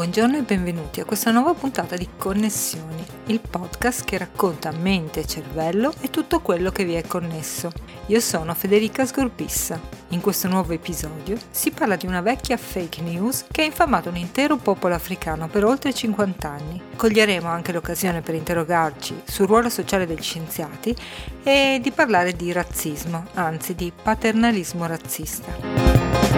Buongiorno e benvenuti a questa nuova puntata di Connessioni, il podcast che racconta mente, cervello e tutto quello che vi è connesso. Io sono Federica Sgorbissa. In questo nuovo episodio si parla di una vecchia fake news che ha infamato un intero popolo africano per oltre 50 anni. Coglieremo anche l'occasione per interrogarci sul ruolo sociale degli scienziati e di parlare di razzismo, anzi di paternalismo razzista.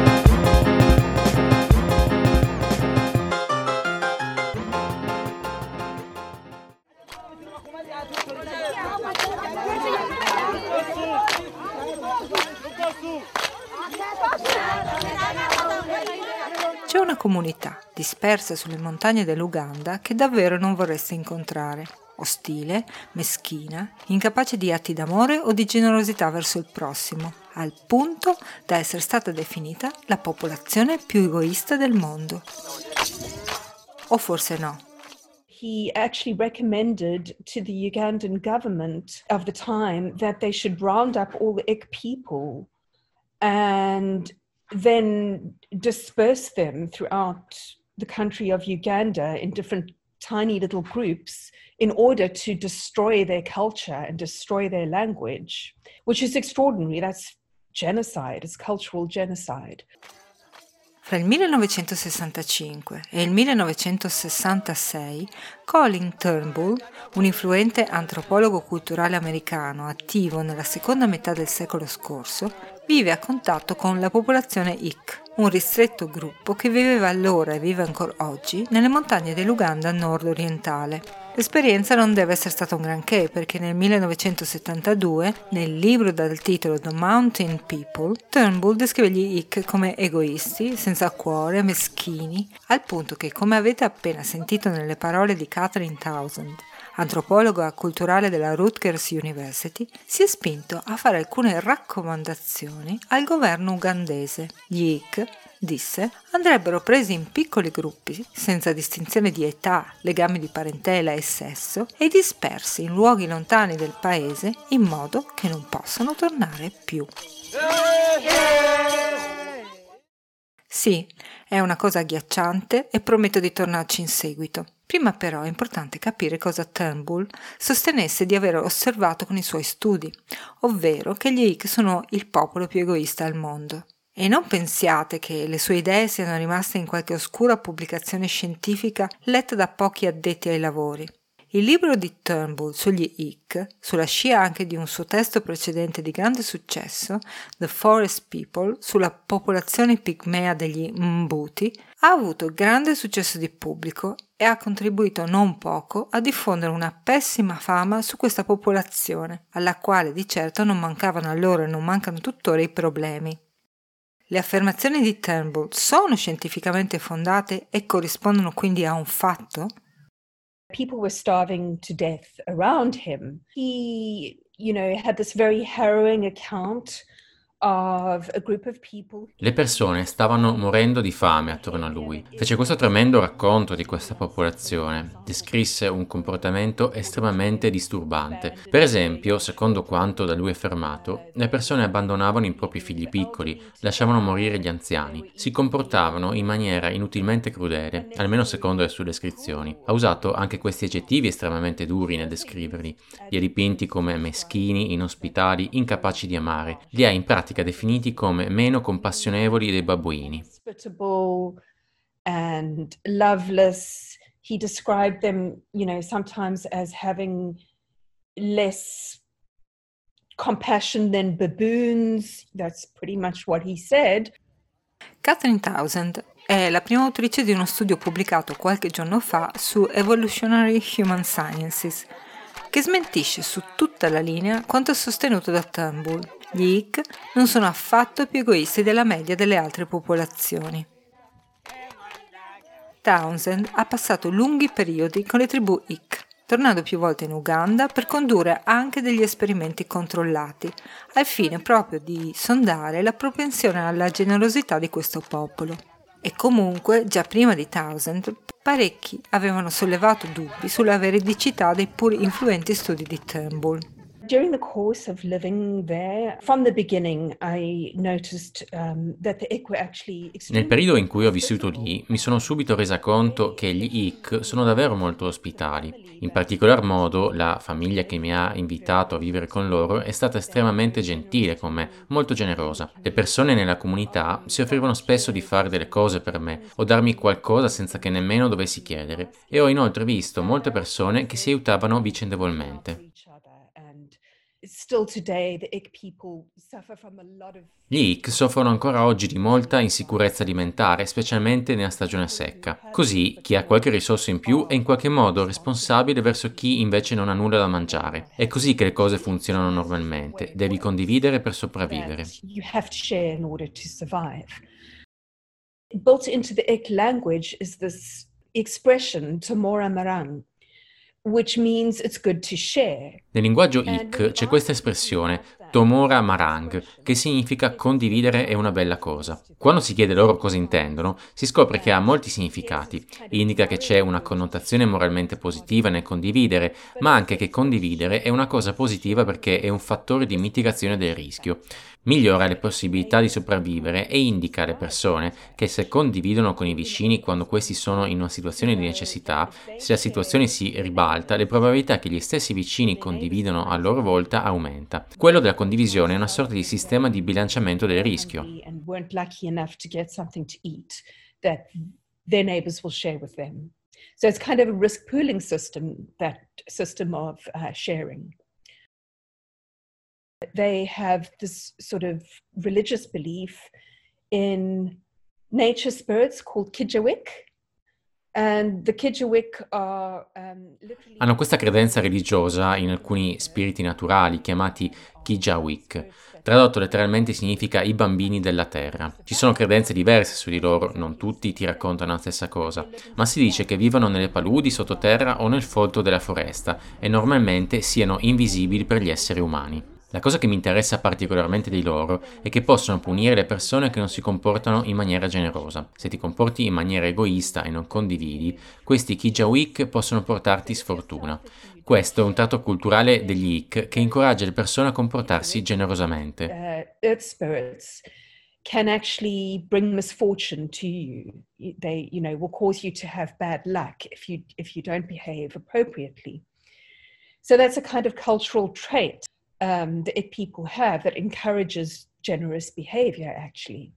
C'è una comunità dispersa sulle montagne dell'Uganda che davvero non vorreste incontrare. Ostile, meschina, incapace di atti d'amore o di generosità verso il prossimo, al punto da essere stata definita la popolazione più egoista del mondo. O forse no. He actually recommended to the Ugandan government of the time that they should round up all the Ik people and then disperse them throughout the country of Uganda in different tiny little groups in order to destroy their culture and destroy their language, which is extraordinary. That's genocide, it's cultural genocide. Fra il 1965 e il 1966, Colin Turnbull, un influente antropologo culturale americano attivo nella seconda metà del secolo scorso, vive a contatto con la popolazione Ik, un ristretto gruppo che viveva allora e vive ancora oggi nelle montagne dell'Uganda nord-orientale. L'esperienza non deve essere stata un granché perché nel 1972, nel libro dal titolo The Mountain People, Turnbull descrive gli Ik come egoisti, senza cuore, meschini, al punto che, come avete appena sentito nelle parole di Catherine Townsend, antropologa culturale della Rutgers University, si è spinto a fare alcune raccomandazioni al governo ugandese. Gli Ik, disse, andrebbero presi in piccoli gruppi, senza distinzione di età, legami di parentela e sesso, e dispersi in luoghi lontani del paese in modo che non possano tornare più. Sì, è una cosa agghiacciante e prometto di tornarci in seguito. Prima però è importante capire cosa Turnbull sostenesse di aver osservato con i suoi studi, ovvero che gli Ik sono il popolo più egoista al mondo. E non pensiate che le sue idee siano rimaste in qualche oscura pubblicazione scientifica letta da pochi addetti ai lavori. Il libro di Turnbull sugli Ik, sulla scia anche di un suo testo precedente di grande successo, The Forest People, sulla popolazione pigmea degli Mbuti, ha avuto grande successo di pubblico e ha contribuito non poco a diffondere una pessima fama su questa popolazione, alla quale di certo non mancavano allora e non mancano tuttora i problemi. Le affermazioni di Turnbull sono scientificamente fondate e corrispondono quindi a un fatto? People were starving to death around him. He, had this very harrowing account of a group of people. Le persone stavano morendo di fame attorno a lui. Fece questo tremendo racconto di questa popolazione. Descrisse un comportamento estremamente disturbante. Per esempio, secondo quanto da lui affermato, le persone abbandonavano i propri figli piccoli, lasciavano morire gli anziani, si comportavano in maniera inutilmente crudele, almeno secondo le sue descrizioni. Ha usato anche questi aggettivi estremamente duri nel descriverli. Li ha dipinti come meschini, inospitali, incapaci di amare. Li ha in pratica definiti come meno compassionevoli dei babbuini. And loveless. He described them, sometimes as having less compassion than baboons. That's pretty much what he said. Catherine Townsend è la prima autrice di uno studio pubblicato qualche giorno fa su Evolutionary Human Sciences, che smentisce su tutta la linea quanto sostenuto da Turnbull. Gli Ik non sono affatto più egoisti della media delle altre popolazioni. Townsend ha passato lunghi periodi con le tribù Ik, tornando più volte in Uganda per condurre anche degli esperimenti controllati, al fine proprio di sondare la propensione alla generosità di questo popolo. E comunque, già prima di Townsend, parecchi avevano sollevato dubbi sulla veridicità dei pur influenti studi di Turnbull. during the course of living there, from the beginning, I noticed that the Ikk were actually Nel periodo in cui ho vissuto lì, mi sono subito resa conto che gli Ikk sono davvero molto ospitali. In particolar modo, la famiglia che mi ha invitato a vivere con loro è stata estremamente gentile con me, molto generosa. Le persone nella comunità si offrivano spesso di fare delle cose per me o darmi qualcosa senza che nemmeno dovessi chiedere. E ho inoltre visto molte persone che si aiutavano vicendevolmente. Still today, the Ikk people suffer from a lot of. Gli Ikk soffrono ancora oggi di molta insicurezza alimentare, specialmente nella stagione secca. Così chi ha qualche risorso in più è in qualche modo responsabile verso chi invece non ha nulla da mangiare. È così che le cose funzionano normalmente. Devi condividere per sopravvivere. You have to share in order to survive. Built into the Ikk language is this expression, Tomora Marang, which means it's good to share. Nel linguaggio Ikk c'è questa espressione, Tomora Marang, che significa condividere è una bella cosa. Quando si chiede loro cosa intendono, si scopre che ha molti significati. Indica che c'è una connotazione moralmente positiva nel condividere, ma anche che condividere è una cosa positiva perché è un fattore di mitigazione del rischio. Migliora le possibilità di sopravvivere e indica alle persone che se condividono con i vicini quando questi sono in una situazione di necessità, se la situazione si ribalta, le probabilità che gli stessi vicini condividano a loro volta aumenta. Quello della condivisione è una sorta di sistema di bilanciamento del rischio. And weren't lucky enough to get something to eat that their neighbors will share with them. So it's kind of a risk pooling system, that system of sharing. They have this sort of religious belief in nature spirits called Kijawik. And the Kijawik are literally. Hanno questa credenza religiosa in alcuni spiriti naturali chiamati Kijawik. Tradotto letteralmente significa i bambini della terra. Ci sono credenze diverse su di loro, non tutti ti raccontano la stessa cosa, ma si dice che vivono nelle paludi, sottoterra o nel folto della foresta e normalmente siano invisibili per gli esseri umani. La cosa che mi interessa particolarmente di loro è che possono punire le persone che non si comportano in maniera generosa. Se ti comporti in maniera egoista e non condividi, questi Kijawik possono portarti sfortuna. Questo è un tratto culturale degli Ikk che incoraggia le persone a comportarsi generosamente. Earth spirits can actually bring misfortune to you. They, will cause you to have bad luck if you don't behave appropriately. So that's a kind of cultural trait the Ikk people have that encourages generous behavior, actually.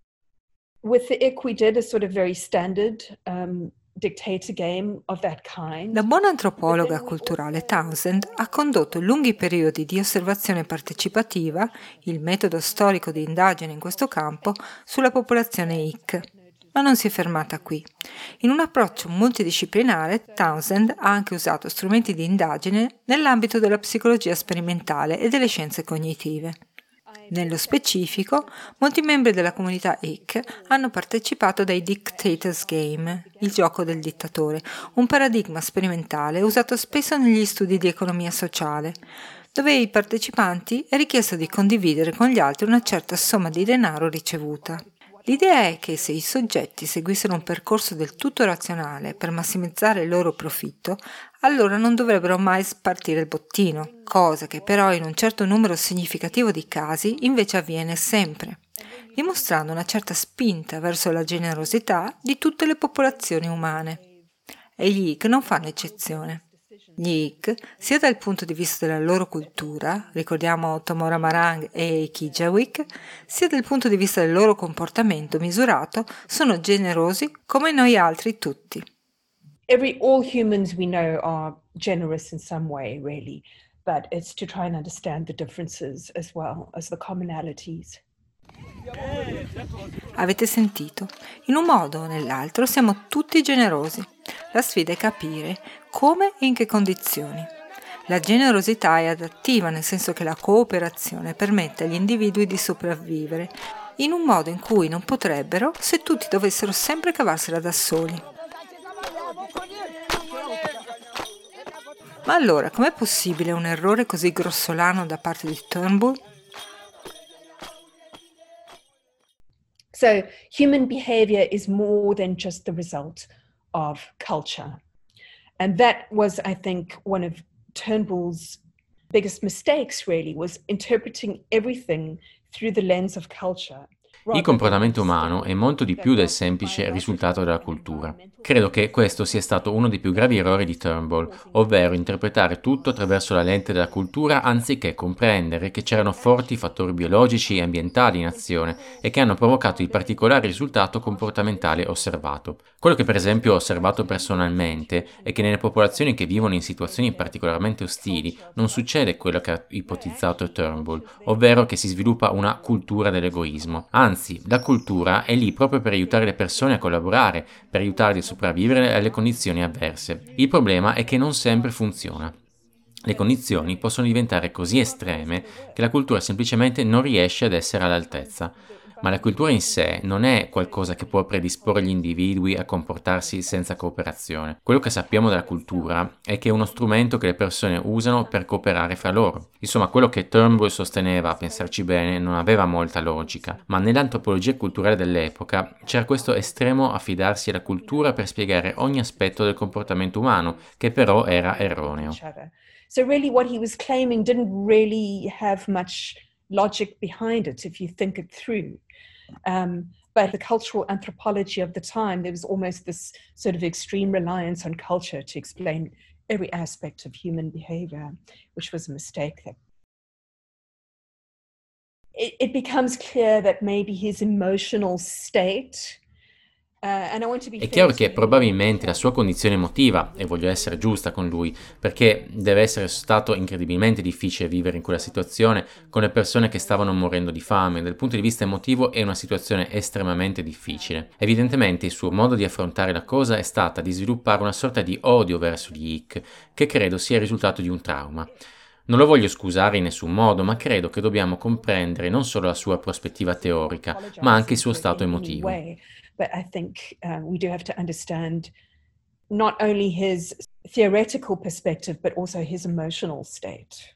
With the Ikk, we did a sort of very standard dictator game of that kind. La buona antropologa culturale Townsend ha condotto lunghi periodi di osservazione partecipativa, il metodo storico di indagine in questo campo, sulla popolazione Ikk. Ma non si è fermata qui. In un approccio multidisciplinare, Townsend ha anche usato strumenti di indagine nell'ambito della psicologia sperimentale e delle scienze cognitive. Nello specifico, molti membri della comunità Ikk hanno partecipato ai Dictator's Game, il gioco del dittatore, un paradigma sperimentale usato spesso negli studi di economia sociale, dove ai partecipanti è richiesto di condividere con gli altri una certa somma di denaro ricevuta. L'idea è che se i soggetti seguissero un percorso del tutto razionale per massimizzare il loro profitto, allora non dovrebbero mai spartire il bottino, cosa che però in un certo numero significativo di casi invece avviene sempre, dimostrando una certa spinta verso la generosità di tutte le popolazioni umane. E gli Ikk non fanno eccezione. Gli Ikk, sia dal punto di vista della loro cultura, ricordiamo Tomora Marang e i Kijawik, sia dal punto di vista del loro comportamento misurato, sono generosi come noi altri tutti. All humans we know are generous in some way, really, but it's to try and understand the differences as well as the commonalities. Avete sentito? In un modo o nell'altro siamo tutti generosi. La sfida è capire come e in che condizioni. La generosità è adattiva, nel senso che la cooperazione permette agli individui di sopravvivere in un modo in cui non potrebbero se tutti dovessero sempre cavarsela da soli. Ma allora, com'è possibile un errore così grossolano da parte di Turnbull? So human behavior is more than just the result of culture. And that was, I think, one of Turnbull's biggest mistakes really was interpreting everything through the lens of culture. Il comportamento umano è molto di più del semplice risultato della cultura. Credo che questo sia stato uno dei più gravi errori di Turnbull, ovvero interpretare tutto attraverso la lente della cultura anziché comprendere che c'erano forti fattori biologici e ambientali in azione e che hanno provocato il particolare risultato comportamentale osservato. Quello che per esempio ho osservato personalmente è che nelle popolazioni che vivono in situazioni particolarmente ostili non succede quello che ha ipotizzato Turnbull, ovvero che si sviluppa una cultura dell'egoismo. Anzi, la cultura è lì proprio per aiutare le persone a collaborare, per aiutarli a sopravvivere alle condizioni avverse. Il problema è che non sempre funziona. Le condizioni possono diventare così estreme che la cultura semplicemente non riesce ad essere all'altezza. Ma la cultura in sé non è qualcosa che può predisporre gli individui a comportarsi senza cooperazione. Quello che sappiamo della cultura è che è uno strumento che le persone usano per cooperare fra loro. Insomma, quello che Turnbull sosteneva, a pensarci bene, non aveva molta logica, ma nell'antropologia culturale dell'epoca c'era questo estremo affidarsi alla cultura per spiegare ogni aspetto del comportamento umano, che però era erroneo. So really what he was claiming didn't really have much logic behind it if you think it through. But the cultural anthropology of the time, there was almost this sort of extreme reliance on culture to explain every aspect of human behavior, which was a mistake. It becomes clear that maybe his emotional state. È chiaro che probabilmente la sua condizione emotiva, e voglio essere giusta con lui, perché deve essere stato incredibilmente difficile vivere in quella situazione con le persone che stavano morendo di fame, dal punto di vista emotivo è una situazione estremamente difficile. Evidentemente il suo modo di affrontare la cosa è stata di sviluppare una sorta di odio verso gli Hick, che credo sia il risultato di un trauma. Non lo voglio scusare in nessun modo, ma credo che dobbiamo comprendere non solo la sua prospettiva teorica, ma anche il suo stato emotivo. But I think we do have to understand not only his theoretical perspective, but also his emotional state.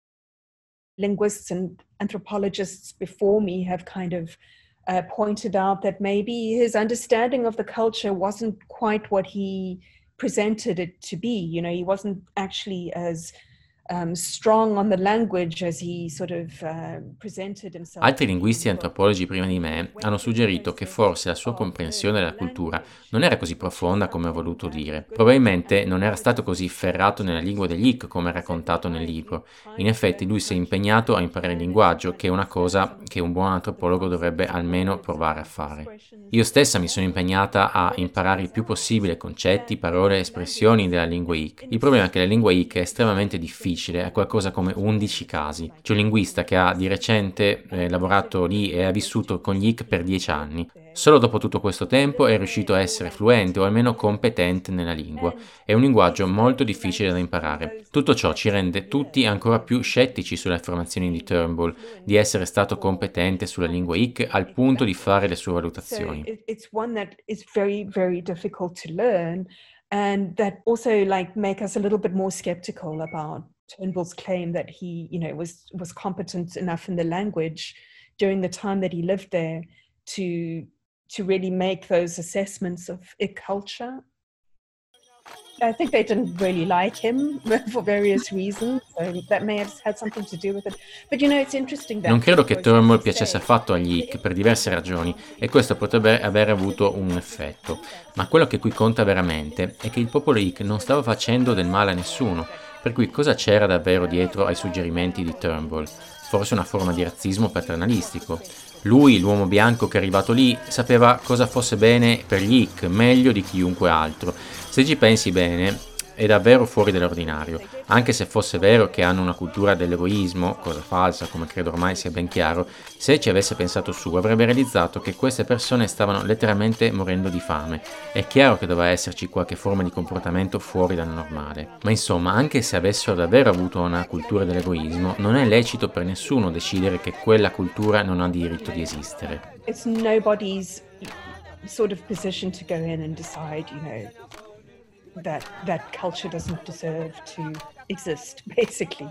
Linguists and anthropologists before me have kind of pointed out that maybe his understanding of the culture wasn't quite what he presented it to be. You know, he wasn't actually as strong on the language as he sort of presented himself. Altri linguisti e antropologi prima di me hanno suggerito che forse la sua comprensione della cultura non era così profonda come ha voluto dire. Probabilmente non era stato così ferrato nella lingua degli Hick come raccontato nel libro. In effetti lui si è impegnato a imparare il linguaggio, che è una cosa che un buon antropologo dovrebbe almeno provare a fare. Io stessa mi sono impegnata a imparare il più possibile concetti, parole e espressioni della lingua Hick. Il problema è che la lingua Hick è estremamente difficile, è qualcosa come 11 casi. C'è un linguista che ha di recente lavorato lì e ha vissuto con gli Hick per 10 anni. Solo dopo tutto questo tempo è riuscito a essere fluente o almeno competente nella lingua. È un linguaggio molto difficile da imparare. Tutto ciò ci rende tutti ancora più scettici sulle affermazioni di Turnbull, di essere stato competente sulla lingua Hick al punto di fare le sue valutazioni. It's one that is very, very difficult to learn and that also make us a little bit more skeptical about Turnbull's claim that he, was competent enough in the language during the time that he lived there to really make those assessments of Hick culture. I think they didn't really like him for various reasons, so that may have had something to do with it. But it's interesting that... Non credo che Turnbull piacesse affatto agli Hick per diverse ragioni e questo potrebbe aver avuto un effetto. Ma quello che qui conta veramente è che il popolo Hick non stava facendo del male a nessuno, per cui cosa c'era davvero dietro ai suggerimenti di Turnbull? Forse una forma di razzismo paternalistico. Lui, l'uomo bianco che è arrivato lì, sapeva cosa fosse bene per gli Hick, meglio di chiunque altro. Se ci pensi bene, è davvero fuori dall'ordinario, anche se fosse vero che hanno una cultura dell'egoismo, cosa falsa, come credo ormai sia ben chiaro, se ci avesse pensato su avrebbe realizzato che queste persone stavano letteralmente morendo di fame. È chiaro che doveva esserci qualche forma di comportamento fuori dal normale. Ma insomma, anche se avessero davvero avuto una cultura dell'egoismo, non è lecito per nessuno decidere che quella cultura non ha diritto di esistere. It's nobody's sort of position to go in and decide, that culture doesn't deserve to exist, basically.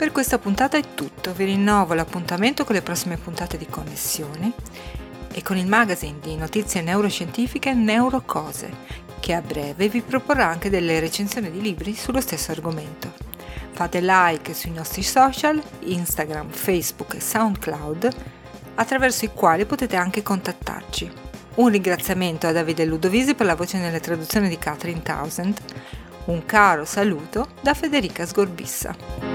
Per questa puntata è tutto, vi rinnovo l'appuntamento con le prossime puntate di Connessioni e con il magazine di notizie neuroscientifiche Neurocose, che a breve vi proporrà anche delle recensioni di libri sullo stesso argomento. Fate like sui nostri social, Instagram, Facebook e SoundCloud, attraverso i quali potete anche contattarci. Un ringraziamento a Davide Ludovisi per la voce nelle traduzioni di Catherine Townsend. Un caro saluto da Federica Sgorbissa.